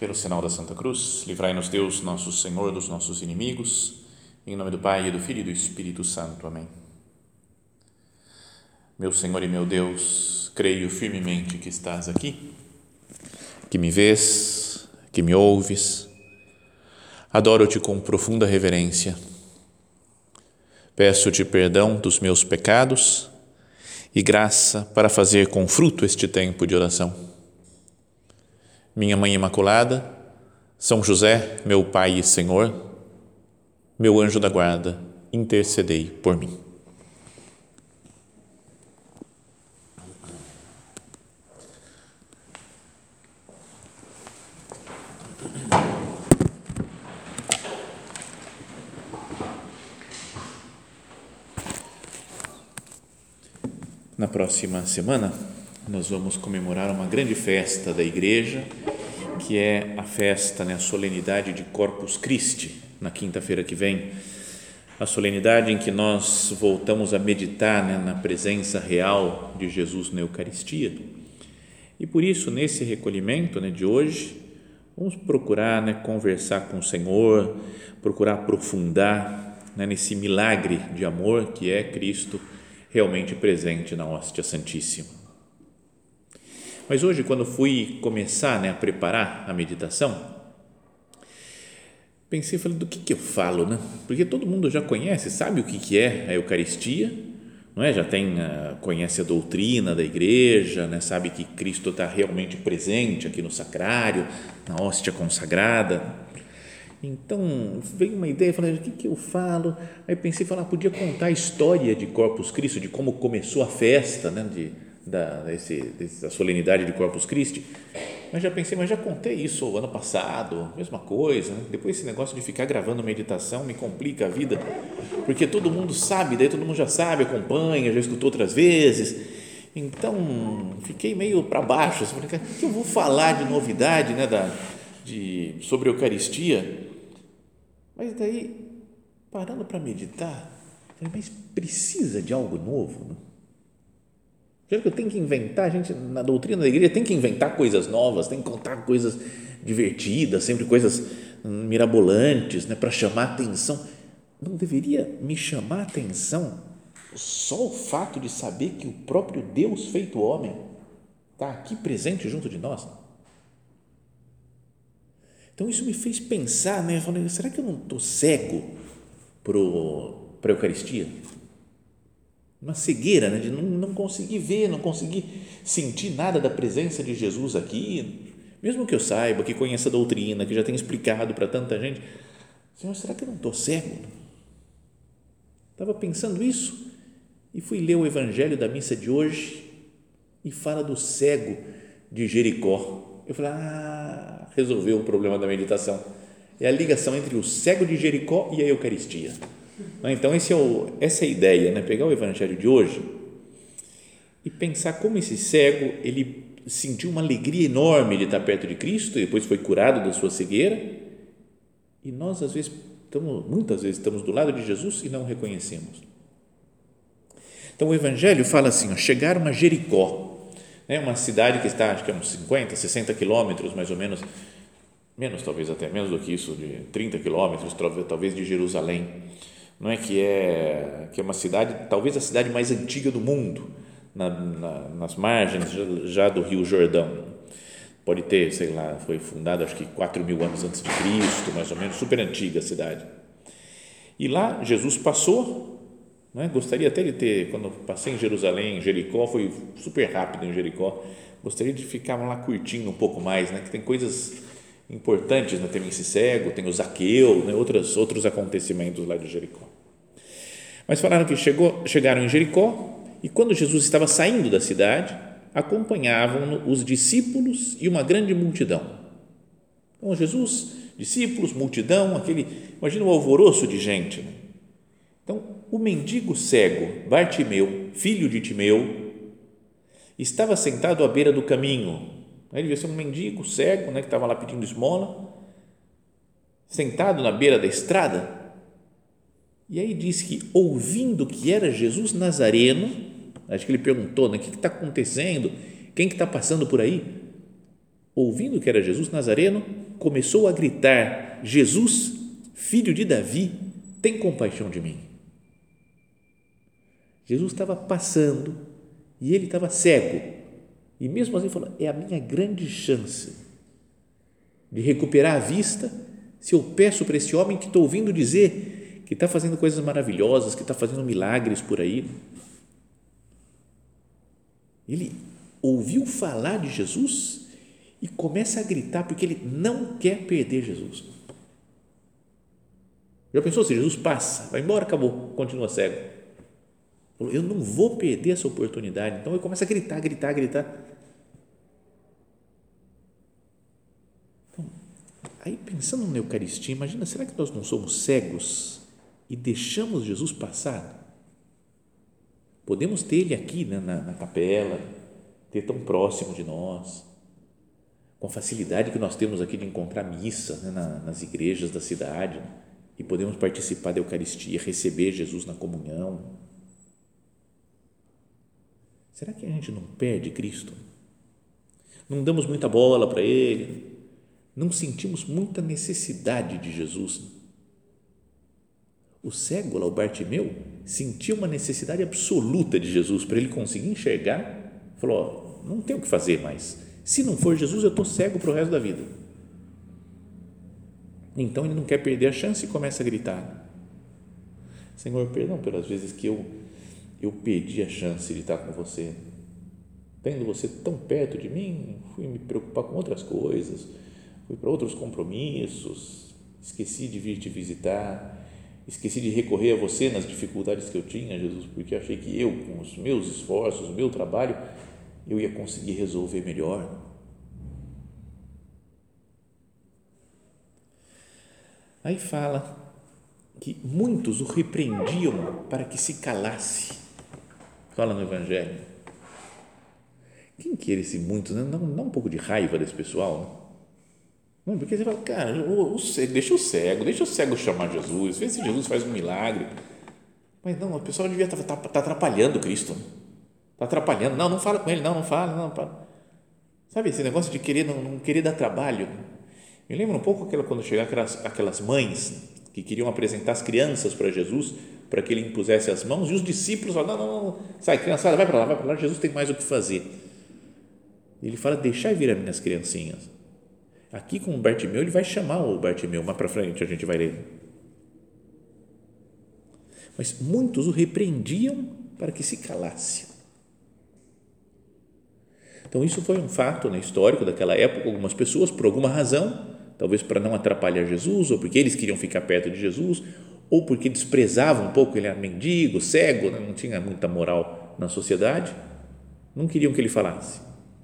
Pelo sinal da Santa Cruz, livrai-nos Deus, nosso Senhor, dos nossos inimigos, em nome do Pai, e do Filho e do Espírito Santo. Amém. Meu Senhor e meu Deus, creio firmemente que estás aqui, que me vês, que me ouves. Adoro-te com profunda reverência. Peço-te perdão dos meus pecados e graça para fazer com fruto este tempo de oração. Minha Mãe Imaculada, São José, meu Pai e Senhor, meu anjo da guarda, intercedei por mim. Na próxima semana, nós vamos comemorar uma grande festa da Igreja, que é a festa, a solenidade de Corpus Christi, na quinta-feira que vem, a solenidade em que nós voltamos a meditar na presença real de Jesus na Eucaristia. E por isso, nesse recolhimento de hoje, vamos procurar conversar com o Senhor, procurar aprofundar nesse milagre de amor que é Cristo realmente presente na hóstia Santíssima. Mas hoje, quando fui começar a preparar a meditação, pensei, falei, do que eu falo, Porque todo mundo já conhece, sabe o que é a Eucaristia, não é? Já conhece a doutrina da Igreja, sabe que Cristo está realmente presente aqui no sacrário, na hóstia consagrada. Então, veio uma ideia, falei, o que eu falo? Aí pensei, podia contar a história de Corpus Christi, de como começou a festa, da solenidade de Corpus Christi, mas já pensei, já contei isso ano passado, mesma coisa, Depois esse negócio de ficar gravando meditação me complica a vida, porque todo mundo sabe, daí todo mundo já sabe, acompanha, já escutou outras vezes, então fiquei meio para baixo, assim, falei, o que eu vou falar de novidade, sobre a Eucaristia? Mas daí, parando para meditar, falei, mas precisa de algo novo, Já que eu tenho que inventar, a gente na doutrina da Igreja tem que inventar coisas novas, tem que contar coisas divertidas, sempre coisas mirabolantes, para chamar atenção. Não deveria me chamar atenção só o fato de saber que o próprio Deus feito homem está aqui presente junto de nós? Então isso me fez pensar, Falei, será que eu não estou cego para a Eucaristia? Uma cegueira, de não conseguir ver, não conseguir sentir nada da presença de Jesus aqui, mesmo que eu saiba, que conheça a doutrina, que já tenha explicado para tanta gente. Senhor, será que eu não estou cego? Estava pensando isso e fui ler o Evangelho da missa de hoje e fala do cego de Jericó. Eu falei, resolveu o problema da meditação. É a ligação entre o cego de Jericó e a Eucaristia. Então, essa é a ideia, Pegar o Evangelho de hoje e pensar como esse cego, ele sentiu uma alegria enorme de estar perto de Cristo e depois foi curado da sua cegueira, e nós, muitas vezes, estamos do lado de Jesus e não o reconhecemos. Então, o Evangelho fala assim, chegaram a Jericó, uma cidade que está, acho que uns 50, 60 quilômetros, mais ou menos, talvez até menos do que isso, de 30 quilômetros, talvez, de Jerusalém. Não é que é uma cidade, talvez a cidade mais antiga do mundo, nas margens já do Rio Jordão. Pode ter, foi fundada acho que 4.000 anos antes de Cristo, mais ou menos, super antiga a cidade. E lá Jesus passou, gostaria até de ter, quando passei em Jerusalém, em Jericó, foi super rápido em Jericó, gostaria de ficar lá curtindo um pouco mais, que tem coisas importantes, tem esse cego, tem o Zaqueu, outros acontecimentos lá de Jericó. Mas falaram que chegaram em Jericó e quando Jesus estava saindo da cidade, acompanhavam-no os discípulos e uma grande multidão. Então, Jesus, discípulos, multidão, imagina o alvoroço de gente. Então, o mendigo cego, Bartimeu, filho de Timeu, estava sentado à beira do caminho. Ele devia ser um mendigo cego, que estava lá pedindo esmola, sentado na beira da estrada. E aí diz que, ouvindo que era Jesus Nazareno, acho que ele perguntou, o que está acontecendo? Quem que está passando por aí? ouvindo que era Jesus Nazareno, começou a gritar: Jesus, filho de Davi, tem compaixão de mim. Jesus estava passando e ele estava cego. E mesmo assim falou: é a minha grande chance de recuperar a vista se eu peço para esse homem que estou ouvindo dizer que está fazendo coisas maravilhosas, que está fazendo milagres por aí. Ele ouviu falar de Jesus e começa a gritar porque ele não quer perder Jesus. Já pensou se Jesus passa, vai embora, acabou, continua cego? Eu não vou perder essa oportunidade. Então ele começa a gritar. Então, aí pensando na Eucaristia, imagina, será que nós não somos cegos e deixamos Jesus passar? Podemos ter ele aqui, né, na capela, ter tão próximo de nós, com a facilidade que nós temos aqui de encontrar missa, né, nas igrejas da cidade, e podemos participar da Eucaristia, receber Jesus na comunhão. Será que a gente não perde Cristo? Não damos muita bola para Ele? Não sentimos muita necessidade de Jesus? O cego lá, o Bartimeu, sentiu uma necessidade absoluta de Jesus para ele conseguir enxergar. Falou: não tenho o que fazer mais. Se não for Jesus, eu estou cego para o resto da vida. Então ele não quer perder a chance e começa a gritar: Senhor, perdão pelas vezes que eu perdi a chance de estar com você. Tendo você tão perto de mim, fui me preocupar com outras coisas, fui para outros compromissos, esqueci de vir te visitar, esqueci de recorrer a você nas dificuldades que eu tinha, Jesus, porque achei que eu, com os meus esforços, o meu trabalho, eu ia conseguir resolver melhor. Aí fala que muitos o repreendiam para que se calasse. Fala no Evangelho. Quem que era esse muitos? Né? Dá um pouco de raiva desse pessoal. Não, porque você fala: cara, deixa o cego chamar Jesus, vê se Jesus faz um milagre. Mas não, o pessoal devia estar atrapalhando Cristo. Está atrapalhando. Não fala com ele, não fala, não fala. Sabe esse negócio de querer, não querer dar trabalho? Me lembra um pouco quando chegaram aquelas mães que queriam apresentar as crianças para Jesus, para que ele impusesse as mãos, e os discípulos falaram: não, sai, criançada, vai para lá, Jesus tem mais o que fazer. E ele fala: deixai vir as minhas criancinhas. Aqui com o Bartimeu, ele vai chamar o Bartimeu, mais para frente a gente vai ler. Mas muitos o repreendiam para que se calasse. Então isso foi um fato, né, histórico daquela época. Algumas pessoas, por alguma razão, talvez para não atrapalhar Jesus, ou porque eles queriam ficar perto de Jesus, ou porque desprezavam um pouco, ele era mendigo, cego, não tinha muita moral na sociedade, não queriam que ele falasse.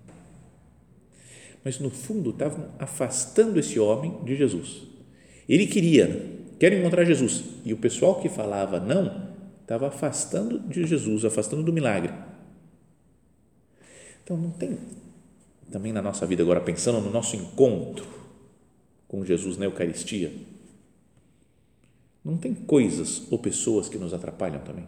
Mas no fundo estavam afastando esse homem de Jesus. Ele quer encontrar Jesus, e o pessoal que falava não, estava afastando de Jesus, afastando do milagre. Então não tem, também na nossa vida agora, pensando no nosso encontro com Jesus na Eucaristia, não tem coisas ou pessoas que nos atrapalham também?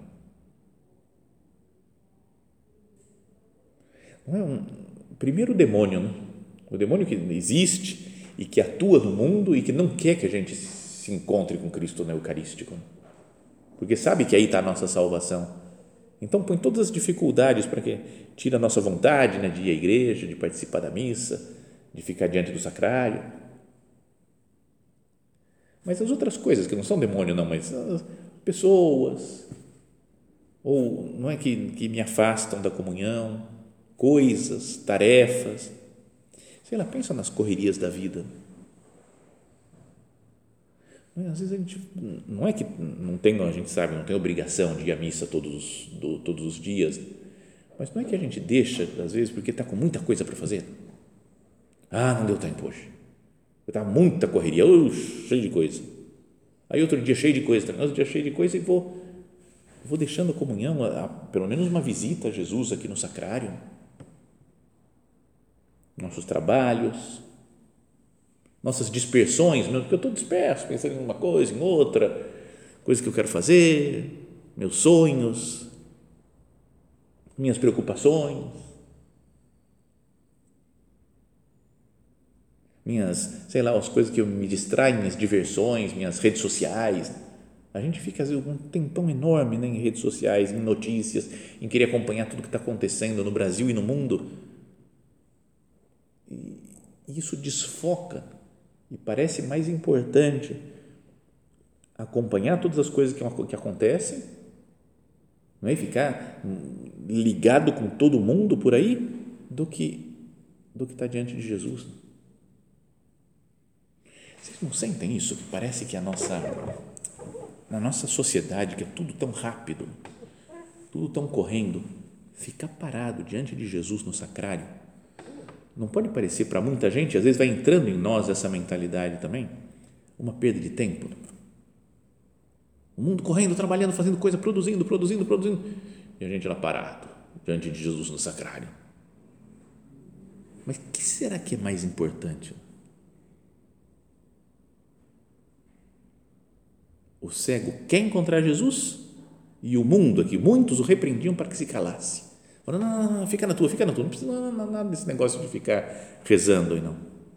Não é primeiro o demônio, né? O demônio que existe e que atua no mundo e que não quer que a gente se encontre com Cristo na Eucarístico, porque sabe que aí está a nossa salvação. Então põe todas as dificuldades para que tira a nossa vontade, né, de ir à igreja, de participar da missa, de ficar diante do sacrário. Mas as outras coisas que não são demônio não, mas pessoas, ou não é que me afastam da comunhão, coisas, tarefas, sei lá, pensa nas correrias da vida. Às vezes a gente, não é que não tem, a gente sabe, não tem obrigação de ir à missa todos os dias, mas não é que a gente deixa, às vezes, porque está com muita coisa para fazer. Não deu tempo hoje. Está muita correria, cheio de coisa. Aí outro dia cheio de coisa também, outro dia cheio de coisa, e vou deixando a comunhão, pelo menos uma visita a Jesus aqui no sacrário, nossos trabalhos, nossas dispersões, porque eu estou disperso, pensando em uma coisa, em outra, coisa que eu quero fazer, meus sonhos, minhas preocupações. minhas, sei lá, as coisas que eu me distraem, minhas diversões, minhas redes sociais. A gente fica às vezes um tempão enorme, né, em redes sociais, em notícias, em querer acompanhar tudo que está acontecendo no Brasil e no mundo. E isso desfoca e parece mais importante acompanhar todas as coisas que acontecem, não é? Ficar ligado com todo mundo por aí, do que está diante de Jesus. Vocês não sentem isso? Que parece que na nossa sociedade, que é tudo tão rápido, tudo tão correndo, ficar parado diante de Jesus no sacrário, não pode parecer para muita gente, às vezes vai entrando em nós essa mentalidade também, uma perda de tempo. O mundo correndo, trabalhando, fazendo coisa, produzindo, e a gente lá parado diante de Jesus no sacrário. Mas o que será que é mais importante? O cego quer encontrar Jesus e o mundo aqui, muitos o repreendiam para que se calasse. Falaram, não, fica na tua, não precisa nada desse negócio de ficar rezando aí não.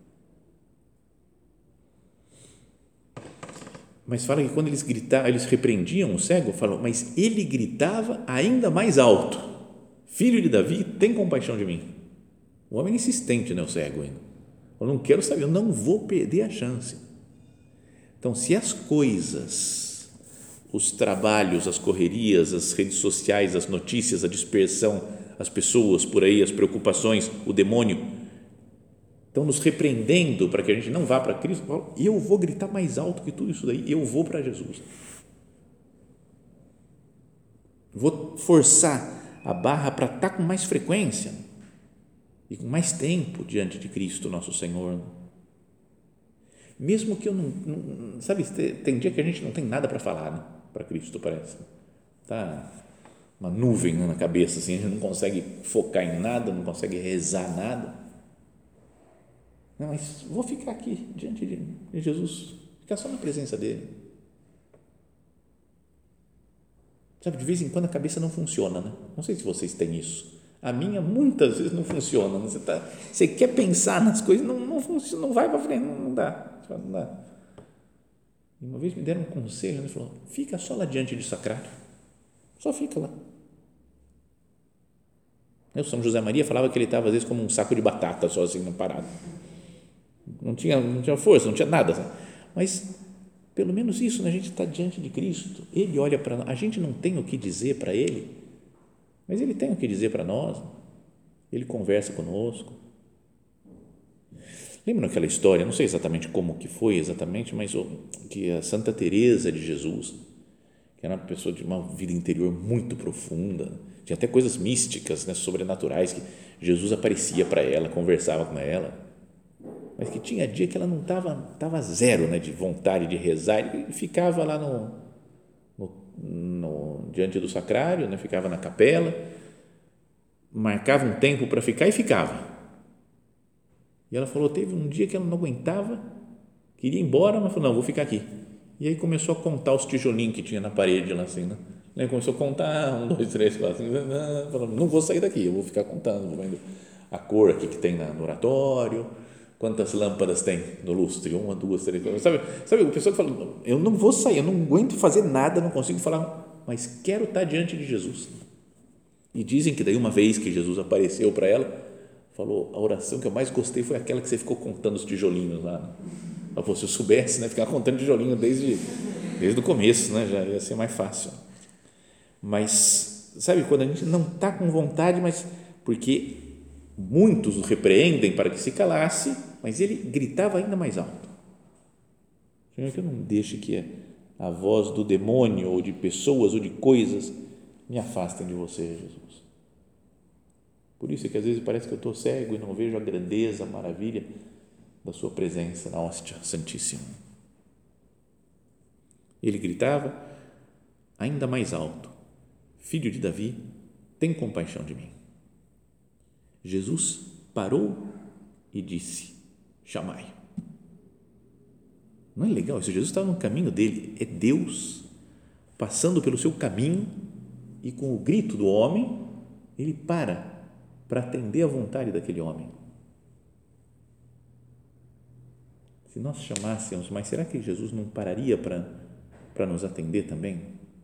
Mas fala que quando eles gritavam, eles repreendiam o cego, falam, mas ele gritava ainda mais alto, filho de Davi, tem compaixão de mim. O homem insistente, né, o cego ainda. Eu não quero saber, eu não vou perder a chance. Então, se as coisas, os trabalhos, as correrias, as redes sociais, as notícias, a dispersão, as pessoas por aí, as preocupações, o demônio, estão nos repreendendo para que a gente não vá para Cristo, eu vou gritar mais alto que tudo isso daí, eu vou para Jesus. Vou forçar a barra para estar com mais frequência e com mais tempo diante de Cristo, nosso Senhor. Mesmo que eu não sabe, tem dia que a gente não tem nada para falar, né, para Cristo, parece. Tá uma nuvem na cabeça, assim, a gente não consegue focar em nada, não consegue rezar nada. Não, mas vou ficar aqui diante de Jesus, ficar só na presença dele. Sabe, de vez em quando a cabeça não funciona, né? Não sei se vocês têm isso. A minha muitas vezes não funciona. Você quer pensar nas coisas, não funciona, não vai para frente, não dá. Não dá. E uma vez me deram um conselho, ele falou, fica só lá diante do sacrário, só fica lá. O São José Maria falava que ele estava às vezes como um saco de batata, só assim, parado. Não tinha força, não tinha nada, mas pelo menos isso, né? A gente está diante de Cristo, Ele olha para nós, a gente não tem o que dizer para Ele, mas Ele tem o que dizer para nós, Ele conversa conosco. Lembram aquela história, não sei exatamente como que foi exatamente, mas que a Santa Teresa de Jesus, que era uma pessoa de uma vida interior muito profunda, tinha até coisas místicas, né, sobrenaturais, que Jesus aparecia para ela, conversava com ela, mas que tinha dia que ela não estava zero, né, de vontade de rezar, e ficava lá diante do sacrário, né, ficava na capela, marcava um tempo para ficar e ficava. E ela falou, teve um dia que ela não aguentava, queria ir embora, mas falou, não, vou ficar aqui. E aí começou a contar os tijolinhos que tinha na parede lá assim, né? Aí começou a contar, 1, 2, 3, 4, 5, falou, não vou sair daqui, eu vou ficar contando, vou vendo a cor aqui que tem no oratório, quantas lâmpadas tem no lustre, 1, 2, 3, 4, sabe o pessoal que fala, eu não vou sair, eu não aguento fazer nada, não consigo falar, mas quero estar diante de Jesus. E dizem que daí uma vez que Jesus apareceu para ela, falou, a oração que eu mais gostei foi aquela que você ficou contando os tijolinhos lá. Ela falou, se eu soubesse, né, ficar contando tijolinho desde o começo, né, já ia ser mais fácil. Mas, sabe, quando a gente não está com vontade, mas porque muitos o repreendem para que se calasse, mas ele gritava ainda mais alto. Senhor, que eu não deixe que a voz do demônio, ou de pessoas, ou de coisas, me afastem de você, Jesus. Por isso é que às vezes parece que eu estou cego e não vejo a grandeza, a maravilha da sua presença na hóstia santíssima. Ele gritava ainda mais alto, filho de Davi, tem compaixão de mim. Jesus parou e disse, chamai. Não é legal isso? Jesus estava no caminho dele, é Deus passando pelo seu caminho e com o grito do homem, ele para atender a vontade daquele homem. Se nós chamássemos, mas será que Jesus não pararia para nos atender também?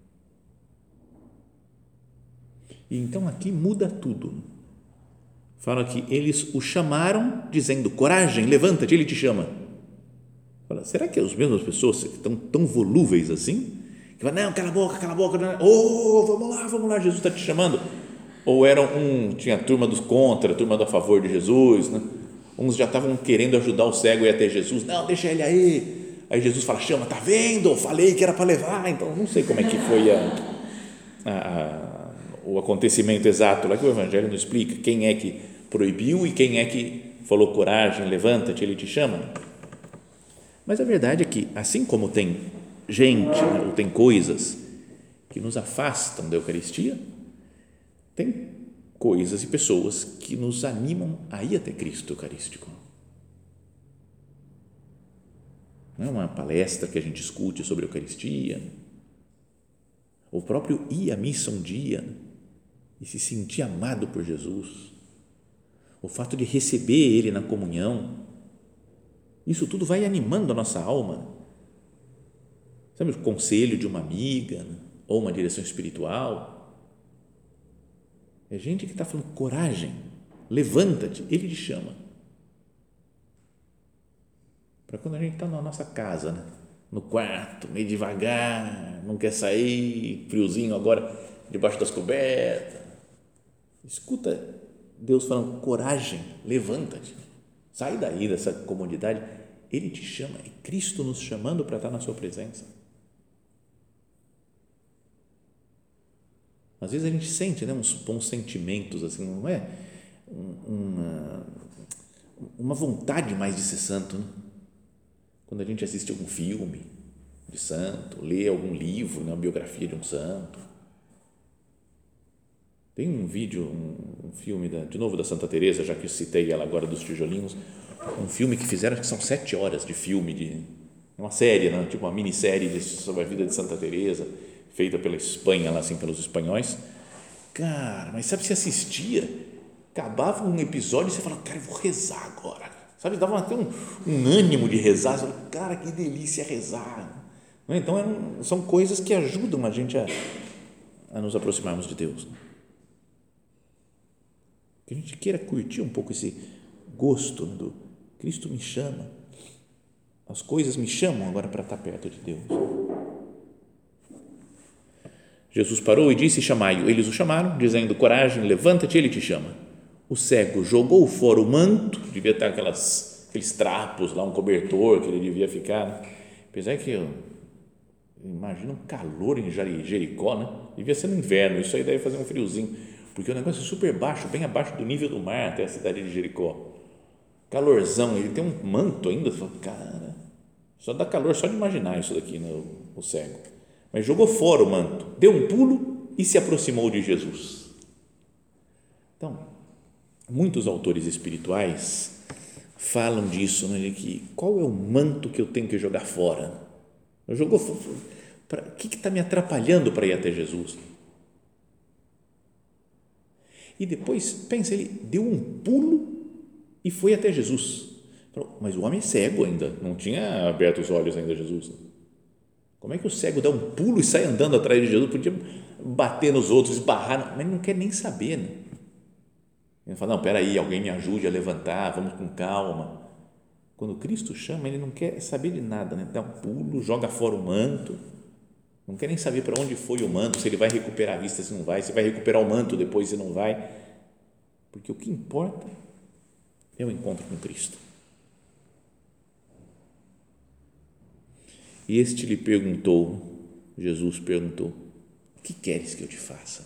E então aqui muda tudo. Fala que eles o chamaram dizendo, coragem, levanta-te, ele te chama. Fala, será que é as mesmas pessoas que estão tão volúveis assim? Que falam, não, cala a boca, vamos lá, Jesus está te chamando. Ou tinha a turma dos contra, a turma do a favor de Jesus, né? Uns já estavam querendo ajudar o cego a ir até Jesus, não, deixa ele aí Jesus fala, chama, tá vendo, falei que era para levar. Então não sei como é que foi o acontecimento exato lá, que o Evangelho não explica quem é que proibiu e quem é que falou, coragem, levanta-te, ele te chama. Mas a verdade é que assim como tem gente, né, ou tem coisas que nos afastam da Eucaristia, tem coisas e pessoas que nos animam a ir até Cristo Eucarístico. Não é uma palestra que a gente escute sobre a Eucaristia, o próprio ir à missa um dia e se sentir amado por Jesus, o fato de receber Ele na comunhão, isso tudo vai animando a nossa alma. Sabe o conselho de uma amiga, né? Ou uma direção espiritual? É gente que está falando, coragem, levanta-te, ele te chama. Para quando a gente está na nossa casa, né? No quarto, meio devagar, não quer sair, friozinho agora, debaixo das cobertas. Escuta Deus falando, coragem, levanta-te, sai daí dessa comodidade, ele te chama, é Cristo nos chamando para estar na sua presença. Às vezes a gente sente, né, uns bons sentimentos, assim, não é uma vontade mais de ser santo, né? Quando a gente assiste algum filme de santo, lê algum livro, né, uma biografia de um santo. Tem um vídeo, um filme, de novo da Santa Teresa, já que eu citei ela agora dos tijolinhos, um filme que fizeram, acho que são 7 horas de filme, uma série, né, tipo uma minissérie sobre a vida de Santa Teresa, feita pela Espanha, lá assim, pelos espanhóis. Cara, mas sabe, se assistia, acabava um episódio e você fala, cara, eu vou rezar agora, sabe, dava até um ânimo de rezar, você fala, cara, que delícia rezar. Então são coisas que ajudam a gente a nos aproximarmos de Deus, que a gente queira curtir um pouco esse gosto do Cristo me chama, as coisas me chamam agora para estar perto de Deus. Jesus parou e disse, chamai-o. Eles o chamaram, dizendo, coragem, levanta-te, ele te chama. O cego jogou fora o manto, devia estar aqueles trapos lá, um cobertor que ele devia ficar, né? Apesar que eu imagino um calor em Jericó, né? Devia ser no inverno, isso aí deve fazer um friozinho, porque o negócio é super baixo, bem abaixo do nível do mar até a cidade de Jericó, calorzão, ele tem um manto ainda, cara, só dá calor só de imaginar isso daqui, né? O cego, mas jogou fora o manto, deu um pulo e se aproximou de Jesus. Então, muitos autores espirituais falam disso, né? De que qual é o manto que eu tenho que jogar fora? Eu jogo fora, o que está me atrapalhando para ir até Jesus? E depois, pensa, ele deu um pulo e foi até Jesus. Mas o homem é cego ainda, não tinha aberto os olhos ainda Jesus. Como é que o cego dá um pulo e sai andando atrás de Jesus? Podia bater nos outros, esbarrar, mas ele não quer nem saber, né? Ele fala, não, espera aí, alguém me ajude a levantar, vamos com calma. Quando Cristo chama, ele não quer saber de nada, né? Dá um pulo, joga fora o manto, não quer nem saber para onde foi o manto, se ele vai recuperar a vista, se não vai, se vai recuperar o manto depois, se não vai, porque o que importa é o encontro com Cristo. E este lhe perguntou, Jesus perguntou, o que queres que eu te faça?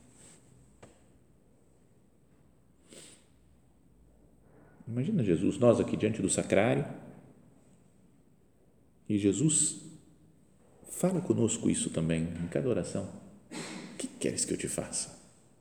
Imagina Jesus, nós aqui diante do sacrário, e Jesus fala conosco isso também, em cada oração. O que queres que eu te faça?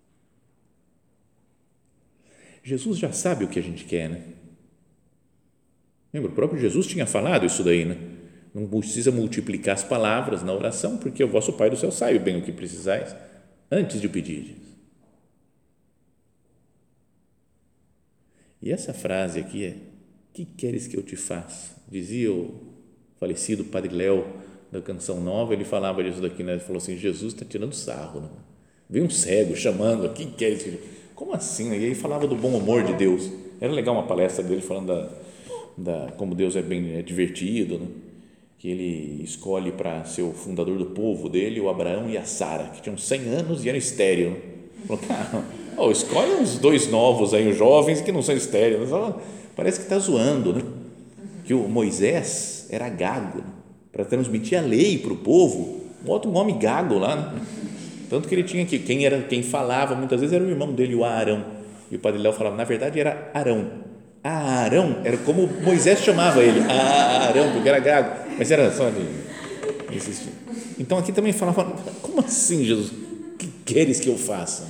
Jesus já sabe o que a gente quer, né? Lembra, o próprio Jesus tinha falado isso daí, né? Não precisa multiplicar as palavras na oração, porque o vosso Pai do céu sabe bem o que precisais antes de o pedir. E essa frase aqui que queres que eu te faça? Dizia o falecido Padre Léo da Canção Nova, ele falava disso daqui, né? Ele falou assim, Jesus está tirando sarro, né? Veio um cego chamando, que queres que eu... Como assim? E aí falava do bom humor de Deus. Era legal uma palestra dele falando como Deus é divertido, né? Que ele escolhe para ser o fundador do povo dele, o Abraão e a Sara, que tinham 100 anos e eram estéreis. Né? Falou, cara, escolhe uns 2 novos aí, os jovens que não são estéreis. Parece que está zoando, né? Que o Moisés era gago, né? Para transmitir a lei para o povo, bota um homem gago lá, né? Tanto que ele tinha que, quem falava muitas vezes era o irmão dele, o Arão, e o Padre Léo falava, na verdade era Arão. Arão era como Moisés chamava ele, Arão, porque era gago, mas era só de insistir. Então aqui também falava, como assim, Jesus, o que queres que eu faça?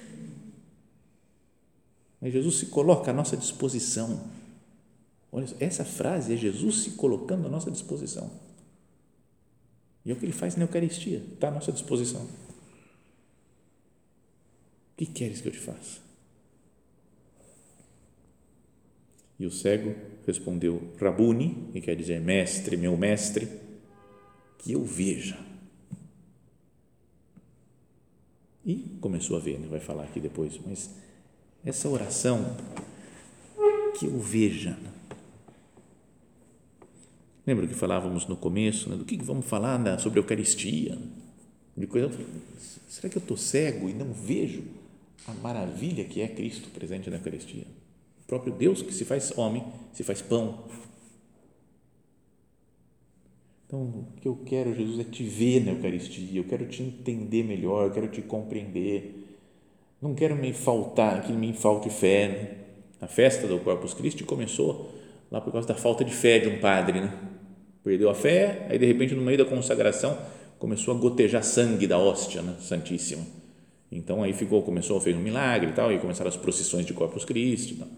Mas Jesus se coloca à nossa disposição. Olha, essa frase é Jesus se colocando à nossa disposição. E é o que ele faz na Eucaristia, está à nossa disposição. O que queres que eu te faça? E o cego respondeu, Rabuni, que quer dizer mestre, meu mestre, que eu veja. E começou a ver, né? Vai falar aqui depois, mas essa oração, que eu veja. Lembra que falávamos no começo, né? Do que vamos falar sobre a Eucaristia? De coisa, será que eu estou cego e não vejo a maravilha que é Cristo presente na Eucaristia? O próprio Deus que se faz homem, se faz pão. Então, o que eu quero, Jesus, é te ver na Eucaristia, eu quero te entender melhor, eu quero te compreender. Não quero que me falte fé. Né? A festa do Corpus Christi começou lá por causa da falta de fé de um padre, né? Perdeu a fé, aí de repente no meio da consagração começou a gotejar sangue da hóstia, né? Santíssima. Então aí começou a fazer um milagre e tal, e começaram as procissões de Corpus Christi e tal.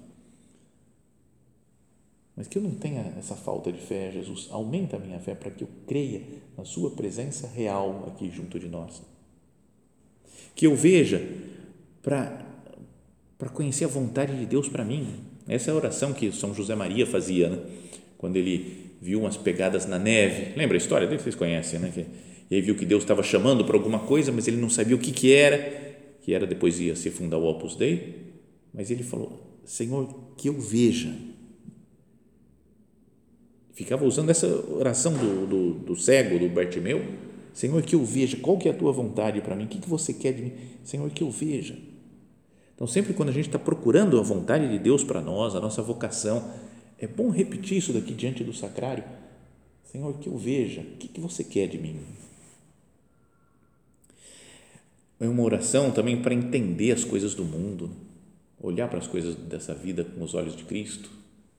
Mas que eu não tenha essa falta de fé, Jesus, aumenta a minha fé para que eu creia na sua presença real aqui junto de nós. Que eu veja para conhecer a vontade de Deus para mim. Essa é a oração que São José Maria fazia, né? Quando ele viu umas pegadas na neve. Lembra a história dele? Vocês conhecem, né? E aí viu que Deus estava chamando para alguma coisa, mas ele não sabia o que era, depois ia se fundar o Opus Dei, mas ele falou, Senhor, que eu veja. Ficava usando essa oração do cego, do Bartimeu, Senhor, que eu veja, qual que é a tua vontade para mim, o que você quer de mim? Senhor, que eu veja. Então, sempre quando a gente está procurando a vontade de Deus para nós, a nossa vocação, é bom repetir isso daqui diante do sacrário. Senhor, que eu veja, o que você quer de mim? É uma oração também para entender as coisas do mundo, olhar para as coisas dessa vida com os olhos de Cristo.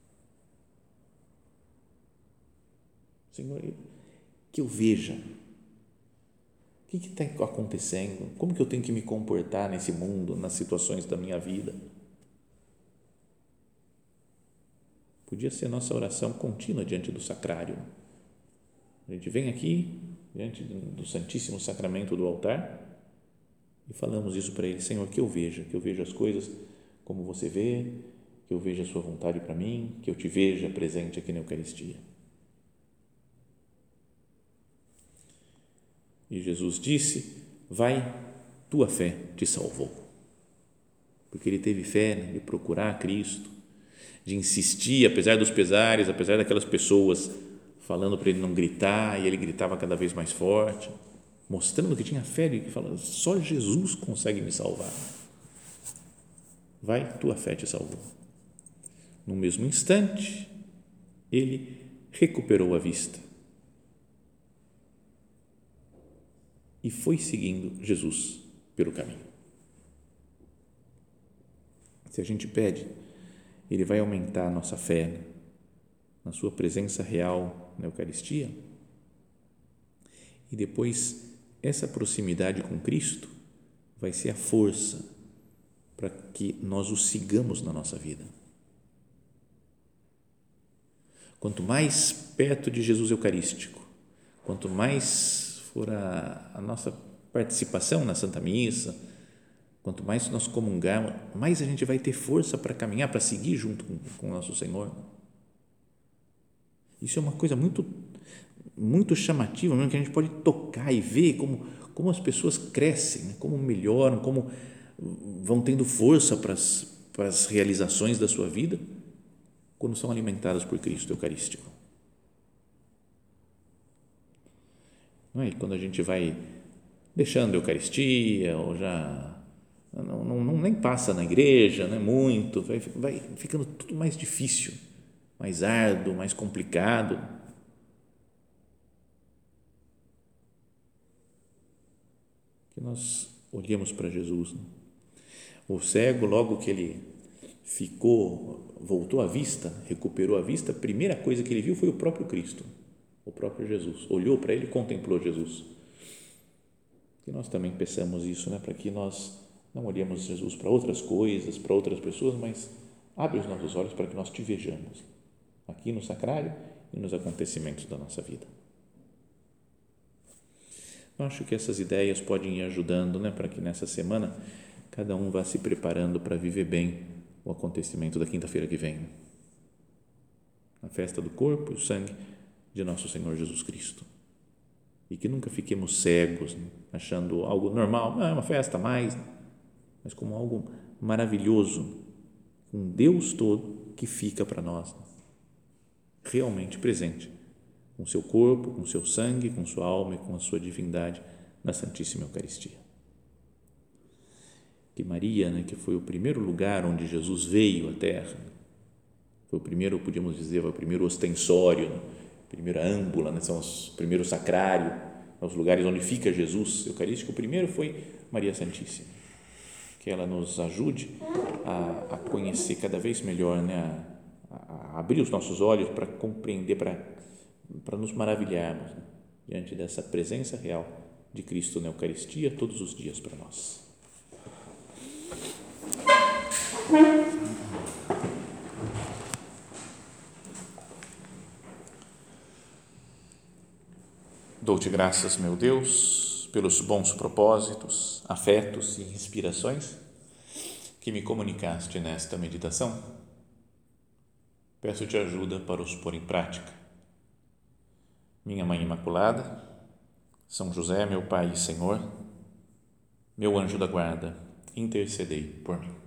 Senhor, que eu veja o que está acontecendo, como que eu tenho que me comportar nesse mundo, nas situações da minha vida. Podia ser a nossa oração contínua diante do sacrário. A gente vem aqui, diante do Santíssimo Sacramento do altar, e falamos isso para Ele, Senhor, que eu veja as coisas como você vê, que eu veja a sua vontade para mim, que eu te veja presente aqui na Eucaristia. E Jesus disse, vai, tua fé te salvou. Porque ele teve fé de procurar Cristo, de insistir, apesar dos pesares, apesar daquelas pessoas falando para ele não gritar, e ele gritava cada vez mais forte, mostrando que tinha fé, que fala, só Jesus consegue me salvar. Vai, tua fé te salvou. No mesmo instante, ele recuperou a vista e foi seguindo Jesus pelo caminho. Se a gente pede, Ele vai aumentar a nossa fé na sua presença real na Eucaristia, e depois essa proximidade com Cristo vai ser a força para que nós o sigamos na nossa vida. Quanto mais perto de Jesus Eucarístico, quanto mais for a nossa participação na Santa Missa, quanto mais nós comungarmos, mais a gente vai ter força para caminhar, para seguir junto com o nosso Senhor. Isso é uma coisa muito, muito chamativa, mesmo, que a gente pode tocar e ver como as pessoas crescem, né? Como melhoram, como vão tendo força para as realizações da sua vida quando são alimentadas por Cristo Eucarístico. Não é? E quando a gente vai deixando a Eucaristia ou já não nem passa na igreja, né, muito, vai ficando tudo mais difícil, mais árduo, mais complicado. Que nós olhemos para Jesus, né? O cego, logo que ele voltou à vista, recuperou a vista, a primeira coisa que ele viu foi o próprio Cristo, o próprio Jesus. Olhou para ele e contemplou Jesus. Que nós também peçamos isso, né? Para que nós não olhemos Jesus para outras coisas, para outras pessoas, mas abre os nossos olhos para que nós te vejamos aqui no sacrário e nos acontecimentos da nossa vida. Eu acho que essas ideias podem ir ajudando, né? Para que nessa semana cada um vá se preparando para viver bem o acontecimento da quinta-feira que vem, a festa do corpo e o sangue de nosso Senhor Jesus Cristo. E que nunca fiquemos cegos, né? Achando algo normal, não é uma festa mais, mas como algo maravilhoso, um Deus todo que fica para nós, né? Realmente presente, com seu corpo, com seu sangue, com sua alma e com a sua divindade na Santíssima Eucaristia. Que Maria, né, que foi o primeiro lugar onde Jesus veio à Terra, foi o primeiro, podíamos dizer, foi o primeiro ostensório, né? Primeira âmbula, né? São os primeiros sacrários, os lugares onde fica Jesus Eucarístico. O primeiro foi Maria Santíssima. Que ela nos ajude a conhecer cada vez melhor, né? A abrir os nossos olhos para compreender, para nos maravilharmos, né? Diante dessa presença real de Cristo na Eucaristia todos os dias para nós. Dou-te graças, meu Deus, pelos bons propósitos, afetos e inspirações que me comunicaste nesta meditação. Peço-te ajuda para os pôr em prática. Minha Mãe Imaculada, São José, meu Pai e Senhor, meu anjo da guarda, intercedei por mim.